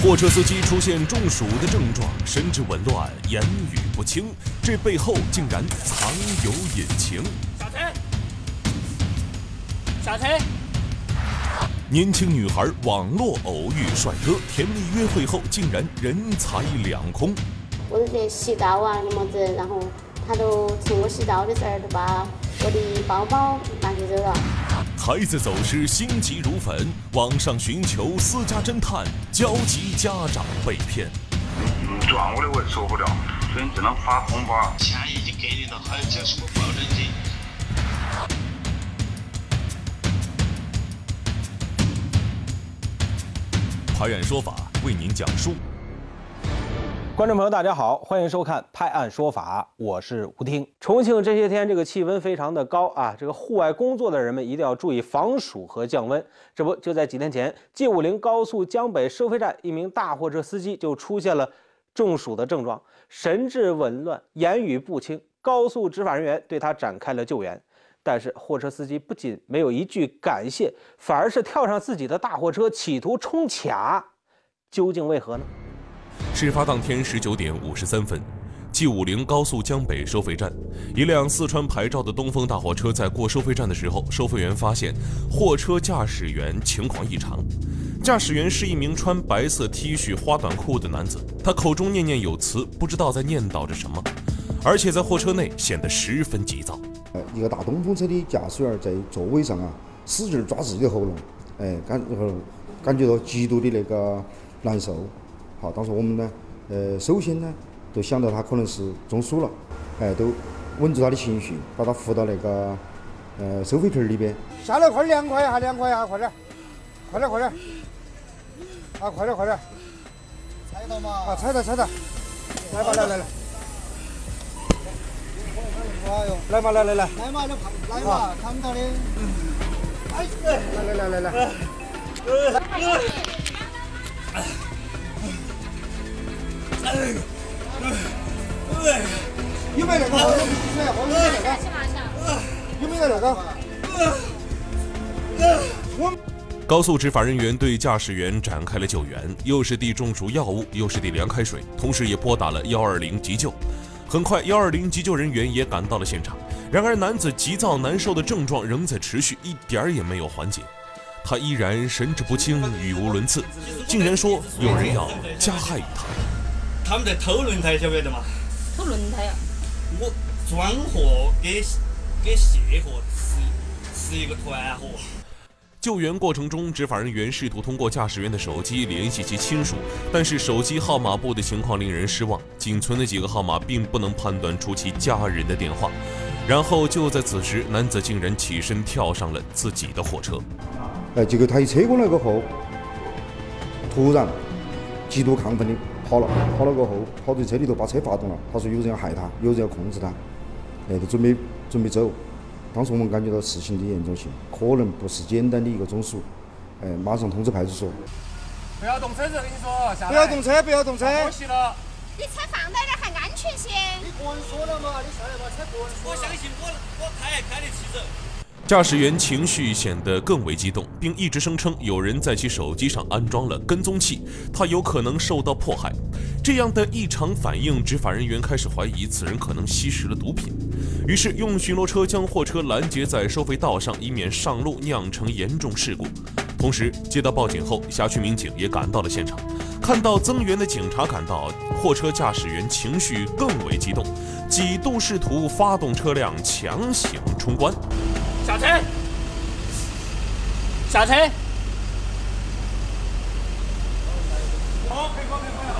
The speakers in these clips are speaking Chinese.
货车司机出现中暑的症状，神志紊乱，言语不清，这背后竟然藏有隐情。 下车！ 年轻女孩网络偶遇帅哥，甜蜜约会后竟然人财两空。 我在洗澡啊什么子，然后他都趁我洗澡的时候就把我的包包拿去走了。 孩子走失，心急如焚，网上寻求私家侦探，焦急家长被骗。 撞我的我也受不了，所以只能发红包。 钱已经给你了，还要交什么保证金？ 拍案说法为您讲述。 观众朋友，大家好，欢迎收看《拍案说法》，我是吴听。重庆这些天这个气温非常的高啊，这个户外工作的人们一定要注意防暑和降温。这不，就在几天前，G50高速江北收费站，一名大货车司机就出现了中暑的症状，神志紊乱，言语不清。高速执法人员对他展开了救援，但是货车司机不仅没有一句感谢，反而是跳上自己的大货车，企图冲卡。究竟为何呢？ 事发当天19点53分，G50高速江北收费站，一辆四川牌照的东风大货车在过收费站的时候，收费员发现货车驾驶员情况异常。驾驶员是一名穿白色 T 恤花短裤的男子，他口中念念有词，不知道在念叨着什么，而且在货车内显得十分急躁。 一个大东风车的驾驶员在座位上啊，使劲抓自己的喉咙，感觉到极度的那个难受。好，当时我们呢，首先呢，就想到他可能是中暑了，都稳住他的情绪，把他扶到那个收费亭里边。 下来快凉快一下，凉快一下，快点，快点，快点，啊，快点，快点，踩到嘛？啊，踩到，踩到，来吧，来来来，哎呦，来嘛，来来来，来嘛，来嘛，看不到的，哎，来来来来来。有没有那个？有没有那个？ 高速执法人员对驾驶员展开了救援，又是递中暑药物，又是递凉开水，同时也拨打了120急救。很快，120急救人员也赶到了现场。然而，男子急躁难受的症状仍在持续，一点儿也没有缓解。他依然神志不清，语无伦次，竟然说有人要加害于他。 他们在偷轮胎，晓不晓得嘛？ 偷轮胎啊！ 我装货给卸货是一个团伙。 救援过程中，执法人员试图通过驾驶员的手机联系其亲属，但是手机号码簿的情况令人失望，仅存的几个号码并不能判断出其家人的电话。然后就在此时，男子竟然起身跳上了自己的货车。 结果他一车过来过后，突然极度亢奋的跑了过后，跑到车里头把车发动了。他说有人要害他，有人要控制他，就准备走。当时我们感觉到事情的严重性，可能不是简单的一个中暑，马上通知派出所。 不要动车子，跟你说，不要动车，不要动车。可惜了。 你车放在这儿还安全些。 你个人说了嘛，你下来把车个人说。我相信我开得起走。 驾驶员情绪显得更为激动，并一直声称有人在其手机上安装了跟踪器，他有可能受到迫害。这样的异常反应，执法人员开始怀疑此人可能吸食了毒品，于是用巡逻车将货车拦截在收费道上，以免上路酿成严重事故。同时，接到报警后，辖区民警也赶到了现场。看到增援的警察赶到，货车驾驶员情绪更为激动，几度试图发动车辆强行冲关。 下车！下车！ 好，配合，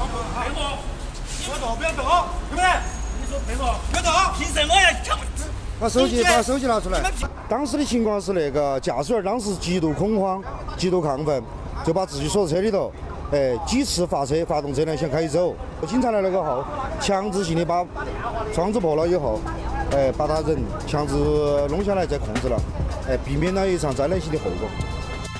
不要动，对不对？你说配合，不要动， 凭什么呀？ 把手机拿出来。当时的情况是那个驾驶员当时极度恐慌、极度亢奋，就把自己锁在车里头，几次发动车辆想开走。警察来了过后，强制性的把窗子破了以后，把他人强制弄下来再控制了，避免了一场灾难性的后果。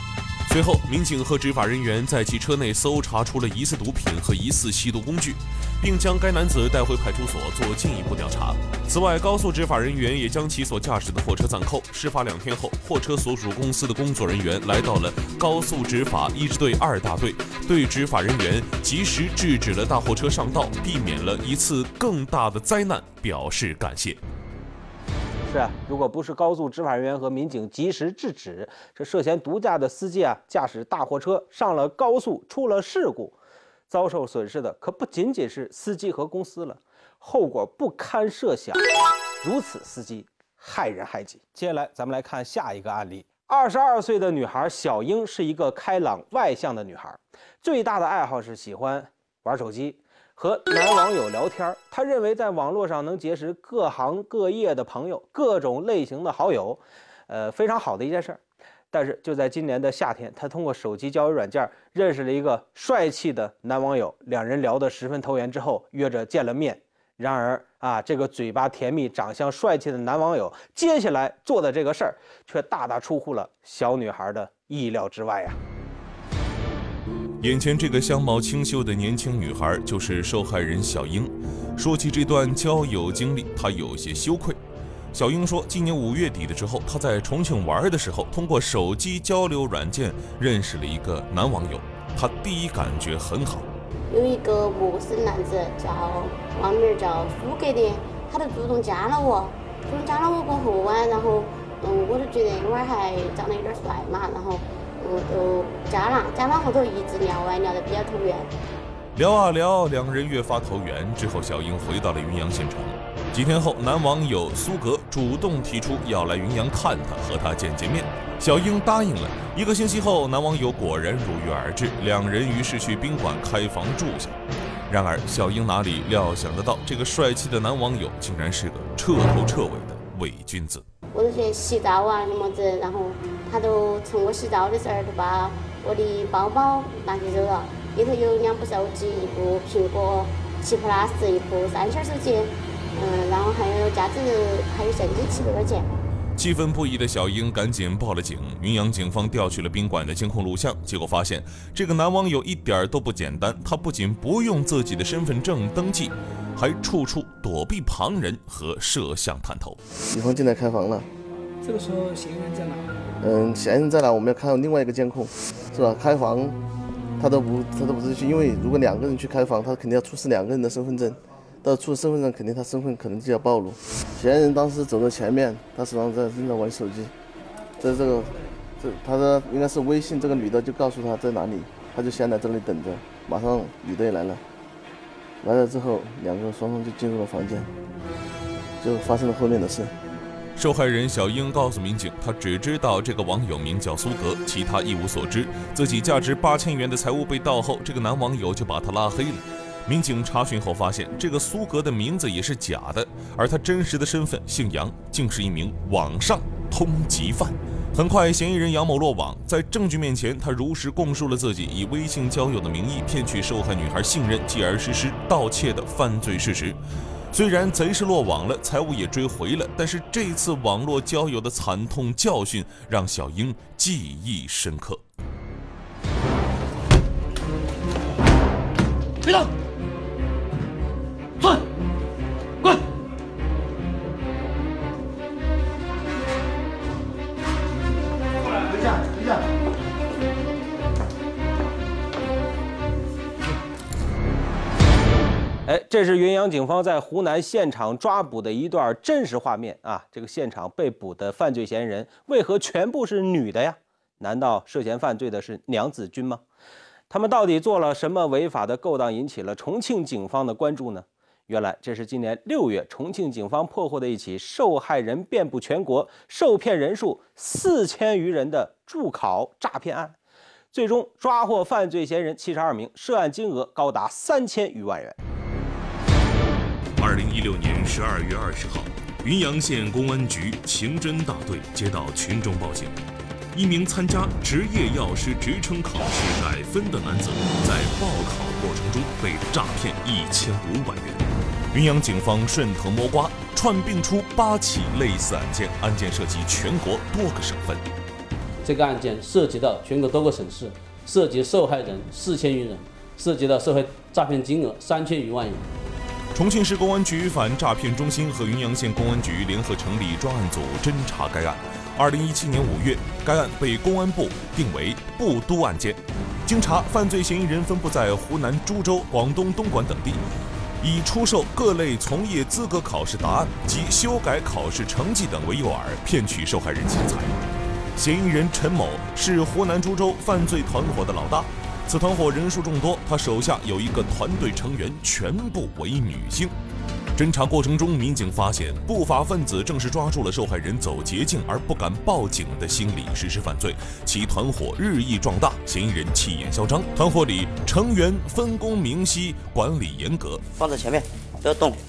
随后，民警和执法人员在其车内搜查出了疑似毒品和疑似吸毒工具，并将该男子带回派出所做进一步调查。此外，高速执法人员也将其所驾驶的货车暂扣。事发2天后，货车所属公司的工作人员来到了高速执法1支队2大队，对执法人员及时制止了大货车上道，避免了一次更大的灾难，表示感谢。 是啊，如果不是高速执法人员和民警及时制止，这涉嫌毒驾的司机啊，驾驶大货车上了高速出了事故，遭受损失的可不仅仅是司机和公司了，后果不堪设想。如此司机害人害己。接下来咱们来看下一个案例。22岁的女孩小英是一个开朗外向的女孩，最大的爱好是喜欢玩手机。和男网友聊天，他认为在网络上能结识各行各业的朋友，各种类型的好友，非常好的一件事儿。但是就在今年的夏天，他通过手机交友软件认识了一个帅气的男网友，两人聊得十分投缘之后，约着见了面。然而啊，这个嘴巴甜蜜、长相帅气的男网友，接下来做的这个事儿，却大大出乎了小女孩的意料之外呀。 眼前这个相貌清秀的年轻女孩就是受害人小英。说起这段交友经历，她有些羞愧。小英说，今年5月底的时候，她在重庆玩的时候，通过手机交流软件认识了一个男网友，她第一感觉很好。 有一个陌生男子网名叫苏格的，他就主动加了我，过后啊，然后我就觉得那会儿还长得有点帅嘛，然后就加了后头一直聊得比较投缘。 聊啊聊，两人越发投缘。之后，小英回到了云阳县城。几天后，男网友苏格主动提出要来云阳看她，和她见面。小英答应了。1个星期后，男网友果然如约而至，两人于是去宾馆开房住下。然而，小英哪里料想得到，这个帅气的男网友竟然是个彻头彻尾的伪君子。 我就去洗澡啊什么子，然后他就趁我洗澡的时候就把我的包包拿去走了，里头有2部手机，一部苹果7 Plus， 一部3星手机，然后还有价值还有现金700块钱。 气愤不已的小英赶紧报了警。云阳警方调取了宾馆的监控录像，结果发现这个男网友一点都不简单，他不仅不用自己的身份证登记，还处处躲避旁人和摄像探头。 女方进来开房了， 这个时候嫌疑人在哪？ 嫌疑人在哪？我们要看另外一个监控，是吧？开房他都不是去，因为如果2个人去开房，他肯定要出示2个人的身份证。到出身份证，肯定他身份可能就要暴露。嫌疑人当时走在前面，他手上正在玩手机，他的应该是微信，这个女的就告诉他在哪里，他就先来这里等着，马上女的也来了。来了之后，2个双方就进入了房间，就发生了后面的事。 受害人小英告诉民警，她只知道这个网友名叫苏格，其他一无所知。自己价值8000元的财物被盗后，这个男网友就把她拉黑了。民警查询后发现，这个苏格的名字也是假的，而他真实的身份姓杨，竟是一名网上通缉犯。很快，嫌疑人杨某落网，在证据面前，他如实供述了自己以微信交友的名义骗取受害女孩信任，继而实施盗窃的犯罪事实。虽然贼是落网了，财物也追回了，但是这次网络交友的惨痛教训让小英记忆深刻。 别动！转！滚！ 过来，回家。 这是云阳警方在湖南现场抓捕的一段真实画面啊！这个现场被捕的犯罪嫌疑人为何全部是女的呀？难道涉嫌犯罪的是娘子军吗？他们到底做了什么违法的勾当，引起了重庆警方的关注呢？原来这是今年6月重庆警方破获的一起受害人遍布全国、受骗人数4000余人的助考诈骗案。最终抓获犯罪嫌疑人72名，涉案金额高达3000余万元。 2016年12月20号，云阳县公安局刑侦大队接到群众报警，一名参加职业药师职称考试改分的男子在报考过程中被诈骗1500万元。云阳警方顺藤摸瓜，串并出8起类似案件，案件涉及全国多个省份。 这个案件涉及到全国多个省市，涉及受害人4000余人，涉及到社会诈骗金额3000余万元。 重庆市公安局反诈骗中心和云阳县公安局联合成立专案组侦查该案。2017年5月，该案被公安部定为部督案件。经查，犯罪嫌疑人分布在湖南株洲、广东东莞等地，以出售各类从业资格考试答案及修改考试成绩等为诱饵，骗取受害人钱财。嫌疑人陈某是湖南株洲犯罪团伙的老大。此团伙人数众多，他手下有一个团队成员全部为女性。侦查过程中，民警发现不法分子正是抓住了受害人走捷径而不敢报警的心理实施犯罪，其团伙日益壮大，嫌疑人气焰嚣张。团伙里成员分工明晰，管理严格。 放在前面，不要动。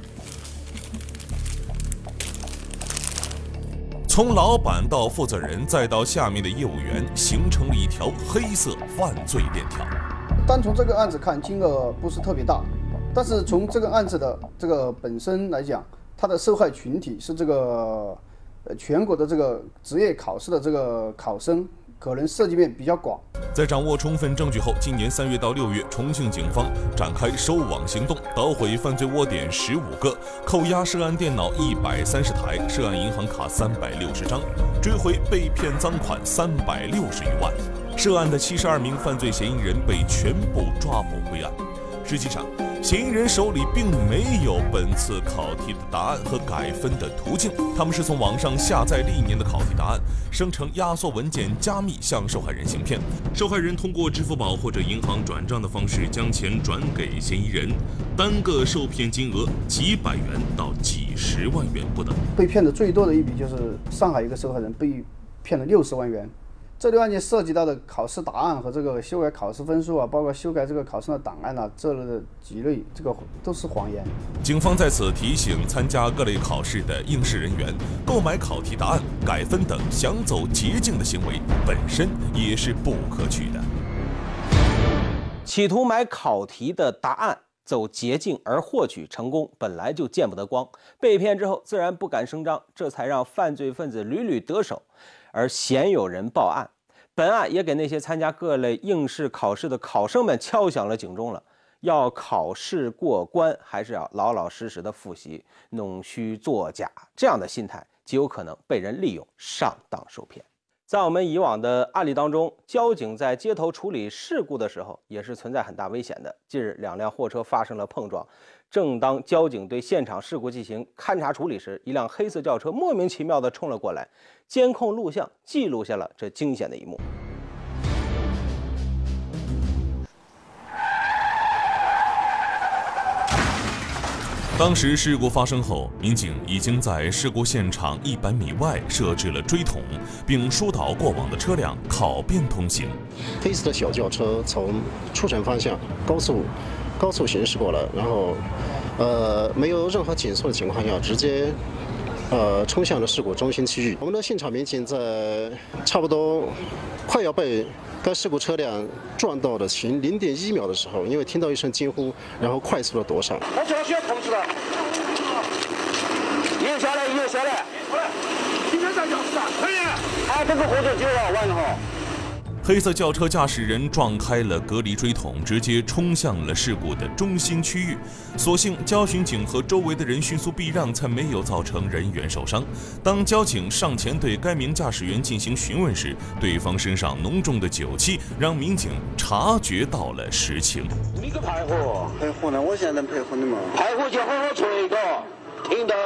从老板到负责人，再到下面的业务员，形成了一条黑色犯罪链条。 单从这个案子看，金额不是特别大，但是从这个案子的这个本身来讲，它的受害群体是这个全国的这个职业考试的这个考生，可能涉及面比较广。 在掌握充分证据后，今年3月到6月，重庆警方展开收网行动，捣毁犯罪窝点15个，扣押涉案电脑130台、涉案银行卡360张，追回被骗赃款360余万。涉案的72名犯罪嫌疑人被全部抓捕归案。实际上，嫌疑人手里并没有本次考题的答案和改分的途径，他们是从网上下载历年的考题答案，生成压缩文件加密向受害人行骗。受害人通过支付宝或者银行转账的方式将钱转给嫌疑人，单个受骗金额几百元到几十万元不等。 被骗的最多的一笔就是上海一个受害人被骗了60万元。这类案件涉及到的考试答案和这个修改考试分数啊，包括修改这个考生的档案啊，这类的几类，这个都是谎言。 警方在此提醒参加各类考试的应试人员，购买考题答案、改分等想走捷径的行为本身也是不可取的。 企图买考题的答案走捷径而获取成功，本来就见不得光。被骗之后自然不敢声张，这才让犯罪分子屡屡得手，而鲜有人报案。本案也给那些参加各类应试考试的考生们敲响了警钟了。要考试过关，还是要老老实实的复习，弄虚作假，这样的心态极有可能被人利用上当受骗。在我们以往的案例当中，交警在街头处理事故的时候也是存在很大危险的。近日2辆货车发生了碰撞，正当交警对现场事故进行勘查处理时，一辆黑色轿车莫名其妙地冲了过来，监控录像记录下了这惊险的一幕。 当时事故发生后，民警已经在事故现场100米外设置了追筒，并疏导过往的车辆，考便通行。 黑色的小轿车从出城方向高速行驶过来，然后没有任何减速的情况下，直接冲向了事故中心区域。我们的现场民警在差不多快要被该事故车辆撞到的前0.1秒的时候，因为听到一声惊呼，然后快速的躲闪。 我这需要控制了，右下来，右下来，今天在教室啊，可以。他这个活动就要完了哈。 黑色轿车驾驶人撞开了隔离锥筒，直接冲向了事故的中心区域。所幸交巡警和周围的人迅速避让，才没有造成人员受伤。当交警上前对该名驾驶员进行询问时，对方身上浓重的酒气让民警察觉到了实情。 你个排火， 配合呢？我现在能配合你吗？ 排火就好好吹一个，听到。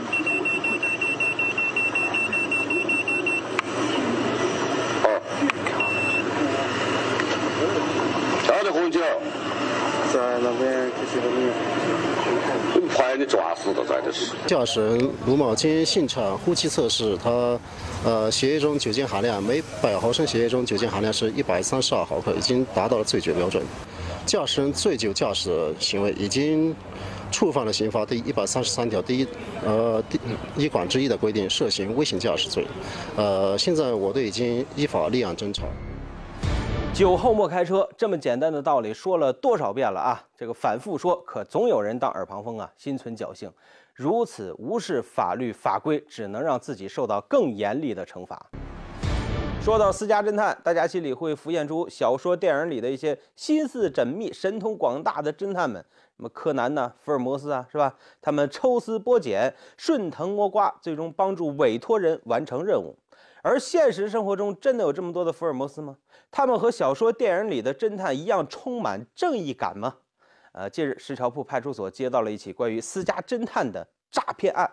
找的红酒， 在那边就是你拍你抓死的，在的是。 驾驶人卢某经现场呼气测试，他血液中酒精含量每100毫升血液中酒精含量是132毫克，已经达到了醉酒标准。驾驶人醉酒驾驶的行为已经触犯了刑法第133条第一款之一的规定，涉嫌危险驾驶罪。现在我队已经依法立案侦查。 酒后莫开车，这么简单的道理说了多少遍了啊！这个反复说，可总有人当耳旁风啊，心存侥幸，如此无视法律法规，只能让自己受到更严厉的惩罚。 说到私家侦探，大家心里会浮现出小说、电影里的一些心思缜密、神通广大的侦探们，什么柯南呐、福尔摩斯啊，是吧？他们抽丝剥茧、顺藤摸瓜，最终帮助委托人完成任务。而现实生活中真的有这么多的福尔摩斯吗？他们和小说、电影里的侦探一样充满正义感吗？近日石桥铺派出所接到了一起关于私家侦探的诈骗案。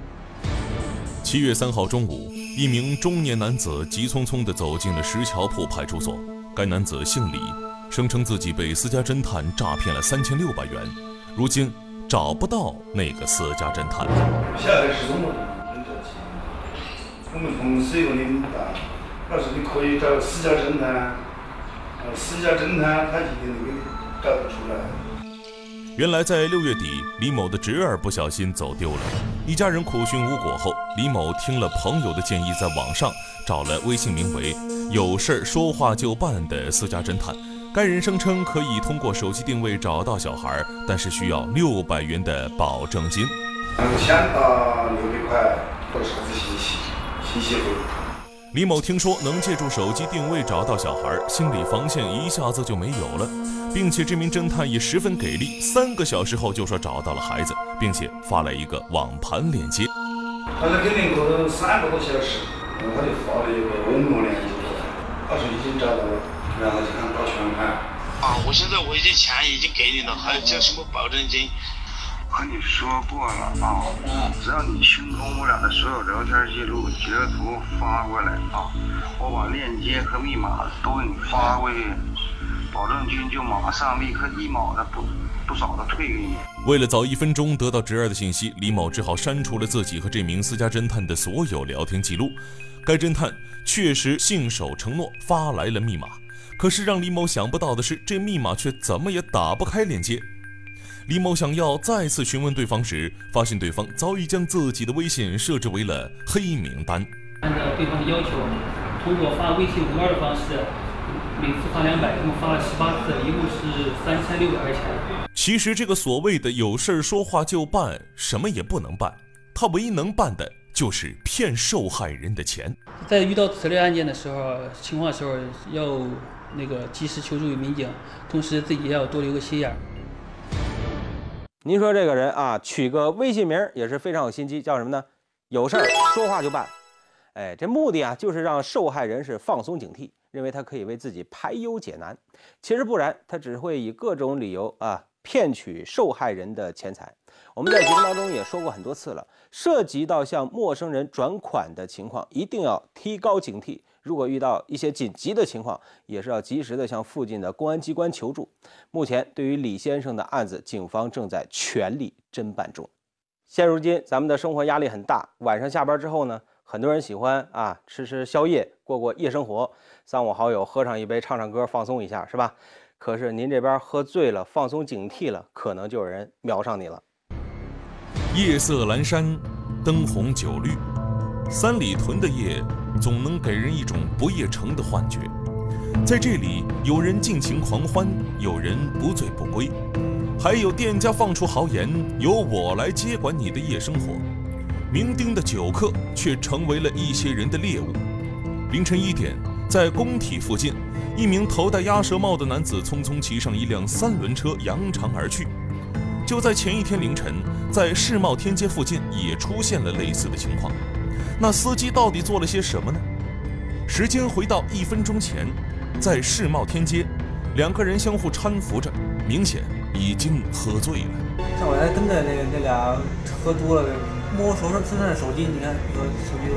7月3号中午，一名中年男子急匆匆地走进了石桥铺派出所。该男子姓李，声称自己被私家侦探诈骗了3600元，如今找不到那个私家侦探。 现在是中国很着急，我们同事有领导，他说你可以找私家侦探，私家侦探他一定能给你找得出来。 原来在6月底，李某的侄儿不小心走丢了，一家人苦寻无果后，李某听了朋友的建议，在网上找了微信名为“有事说话就办”的私家侦探。该人声称可以通过手机定位找到小孩，但是需要600元的保证金。 先打600块或者啥子信息费。 李某听说能借助手机定位找到小孩，心理防线一下子就没有了，并且这名侦探也十分给力，3个小时后就说找到了孩子，并且发来一个网盘链接。 他在肯定过了3个多小时，他就发了一个网络链接过来，他说已经找到了，然后就看打全盘。 我现在我这钱已经给你了，还交什么保证金？ 和你说过了只要你清空我俩的所有聊天记录、截图发过来我把链接和密码都给你发过去，保证金就马上立刻1毛的不少的退给你。 为了早1分钟得到侄儿的信息，李某只好删除了自己和这名私家侦探的所有聊天记录。该侦探确实信守承诺发来了密码，可是让李某想不到的是，这密码却怎么也打不开链接。李某想要再次询问对方时，发现对方早已将自己的微信设置为了黑名单。 按照对方的要求，通过发微信52的方式，每次发200，一共发了18次，一共是3600块钱。 其实这个所谓的有事说话就办，什么也不能办，他唯一能办的就是骗受害人的钱。 在遇到此类案件的时候，情况的时候要及时求助于民警，同时自己也要多留个心眼。 您说这个人啊，取个微信名也是非常有心机，叫什么呢？有事儿说话就办。这目的啊，就是让受害人是放松警惕，认为他可以为自己排忧解难。其实不然，他只会以各种理由骗取受害人的钱财。我们在节目当中也说过很多次了，涉及到向陌生人转款的情况，一定要提高警惕。如果遇到一些紧急的情况，也是要及时的向附近的公安机关求助。目前，对于李先生的案子，警方正在全力侦办中。现如今，咱们的生活压力很大，晚上下班之后呢，很多人喜欢吃宵夜，过夜生活，三五好友喝上一杯，唱唱歌，放松一下，是吧？可是您这边喝醉了，放松警惕了，可能就有人瞄上你了。 夜色阑珊，灯红酒绿，三里屯的夜总能给人一种不夜城的幻觉。在这里，有人尽情狂欢，有人不醉不归，还有店家放出豪言，由我来接管你的夜生活。酩酊的酒客却成为了一些人的猎物。凌晨1点，在工体附近，一名头戴鸭舌帽的男子匆匆骑上一辆3轮车扬长而去。就在前一天凌晨，在世贸天阶附近也出现了类似的情况。那司机到底做了些什么呢？时间回到1分钟前，在世贸天阶，2个人相互搀扶着，明显已经喝醉了。 像我还跟着那俩喝多了，摸身上的手机，你看有手机。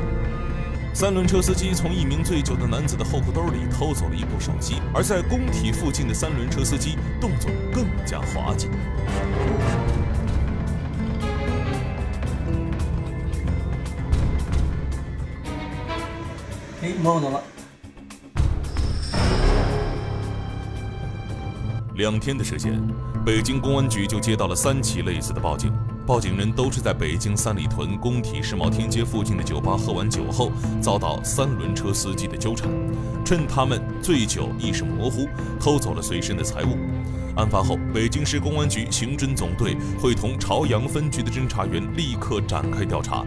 3轮车司机从一名醉酒的男子的后裤兜里偷走了一部手机，而在工体附近的3轮车司机动作更加滑稽。 摸到了。 2天的时间，北京公安局就接到了3起类似的报警。报警人都是在北京三里屯工体世贸天阶附近的酒吧喝完酒后，遭到3轮车司机的纠缠，趁他们醉酒意识模糊，偷走了随身的财物。案发后，北京市公安局刑侦总队会同朝阳分局的侦查员立刻展开调查。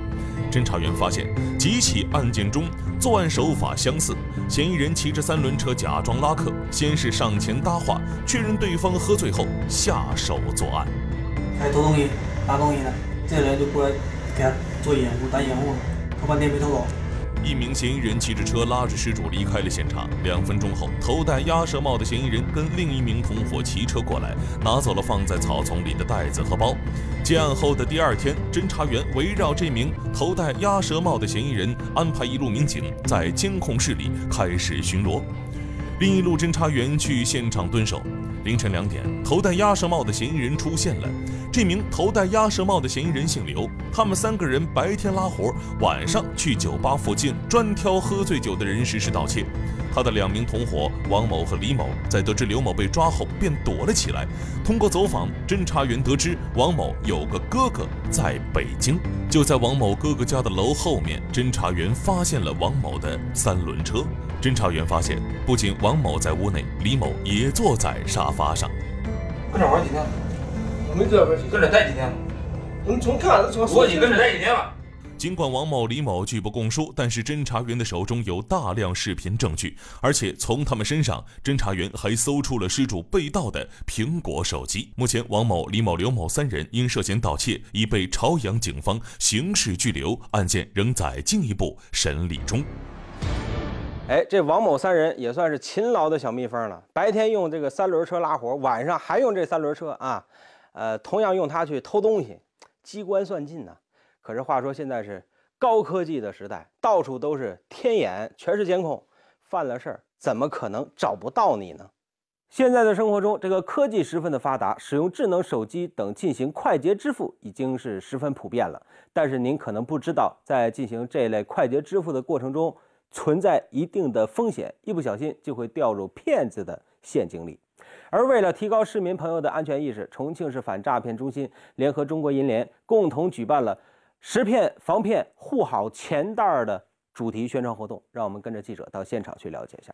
侦查员发现几起案件中作案手法相似，嫌疑人骑着3轮车假装拉客，先是上前搭话，确认对方喝醉后下手作案。 偷东西、拿东西的，这人就过来给他做掩护、当掩护，偷半天没偷走。 一名嫌疑人骑着车拉着失主离开了现场。2分钟后，头戴鸭舌帽的嫌疑人跟另一名同伙骑车过来，拿走了放在草丛里的袋子和包。结案后的第2天，侦查员围绕这名头戴鸭舌帽的嫌疑人，安排一路民警在监控室里开始巡逻。另一路侦查员去现场蹲守。凌晨2点，头戴鸭舌帽的嫌疑人出现了。这名头戴鸭舌帽的嫌疑人姓刘，他们3个人白天拉活，晚上去酒吧附近专挑喝醉酒的人实施盗窃。他的2名同伙王某和李某在得知刘某被抓后便躲了起来。通过走访，侦查员得知王某有个哥哥在北京。就在王某哥哥家的楼后面，侦查员发现了王某的3轮车。侦查员发现，不仅王某在屋内，李某也坐在沙发上。 跟这玩几天？我没这边跟着待几天？你从看的时候，我已经跟着待几天了。 尽管王某、李某拒不供述，但是侦查员的手中有大量视频证据，而且从他们身上，侦查员还搜出了失主被盗的苹果手机。目前，王某、李某、刘某3人因涉嫌盗窃，已被朝阳警方刑事拘留，案件仍在进一步审理中。 这王某3人也算是勤劳的小蜜蜂了，白天用这个3轮车拉活，晚上还用这3轮车啊，同样用它去偷东西，机关算尽呢。可是话说现在是高科技的时代，到处都是天眼，全是监控，犯了事儿怎么可能找不到你呢？现在的生活中，这个科技十分的发达，使用智能手机等进行快捷支付已经是十分普遍了。但是您可能不知道，在进行这类快捷支付的过程中，存在一定的风险，一不小心就会掉入骗子的陷阱里。而为了提高市民朋友的安全意识，重庆市反诈骗中心联合中国银联共同举办了识骗防骗护好钱袋的主题宣传活动。让我们跟着记者到现场去了解一下。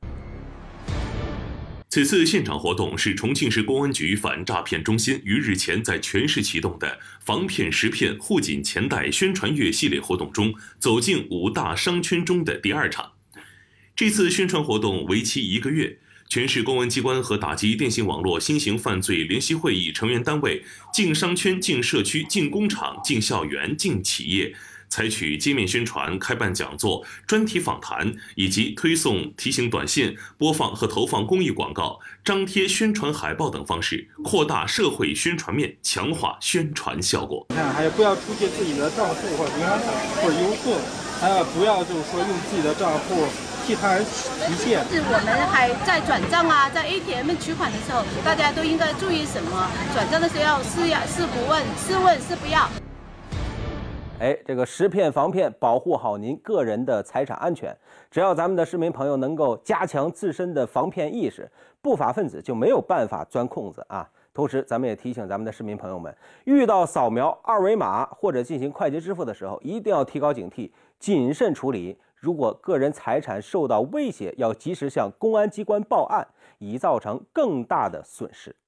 此次现场活动是重庆市公安局反诈骗中心于日前在全市启动的防骗识骗护紧钱袋宣传月系列活动中走进5大商圈中的第2场。这次宣传活动为期1个月，全市公安机关和打击电信网络新型犯罪联席会议成员单位进商圈、进社区、进工厂、进校园、进企业，采取街面宣传、开办讲座、专题访谈以及推送提醒短信、播放和投放公益广告、张贴宣传海报等方式，扩大社会宣传面，强化宣传效果。 还有不要出借自己的账户或者银行卡或者邮送，还有不要就是说用自己的账户替他人提现。 是我们还在转账啊，在 ATM 取款的时候，大家都应该注意什么？转账的时候要是不问，是问是不要。 这个识骗防骗，保护好您个人的财产安全。只要咱们的市民朋友能够加强自身的防骗意识，不法分子就没有办法钻空子啊。同时，咱们也提醒咱们的市民朋友们，遇到扫描2维码或者进行快捷支付的时候，一定要提高警惕，谨慎处理。如果个人财产受到威胁，要及时向公安机关报案，以造成更大的损失。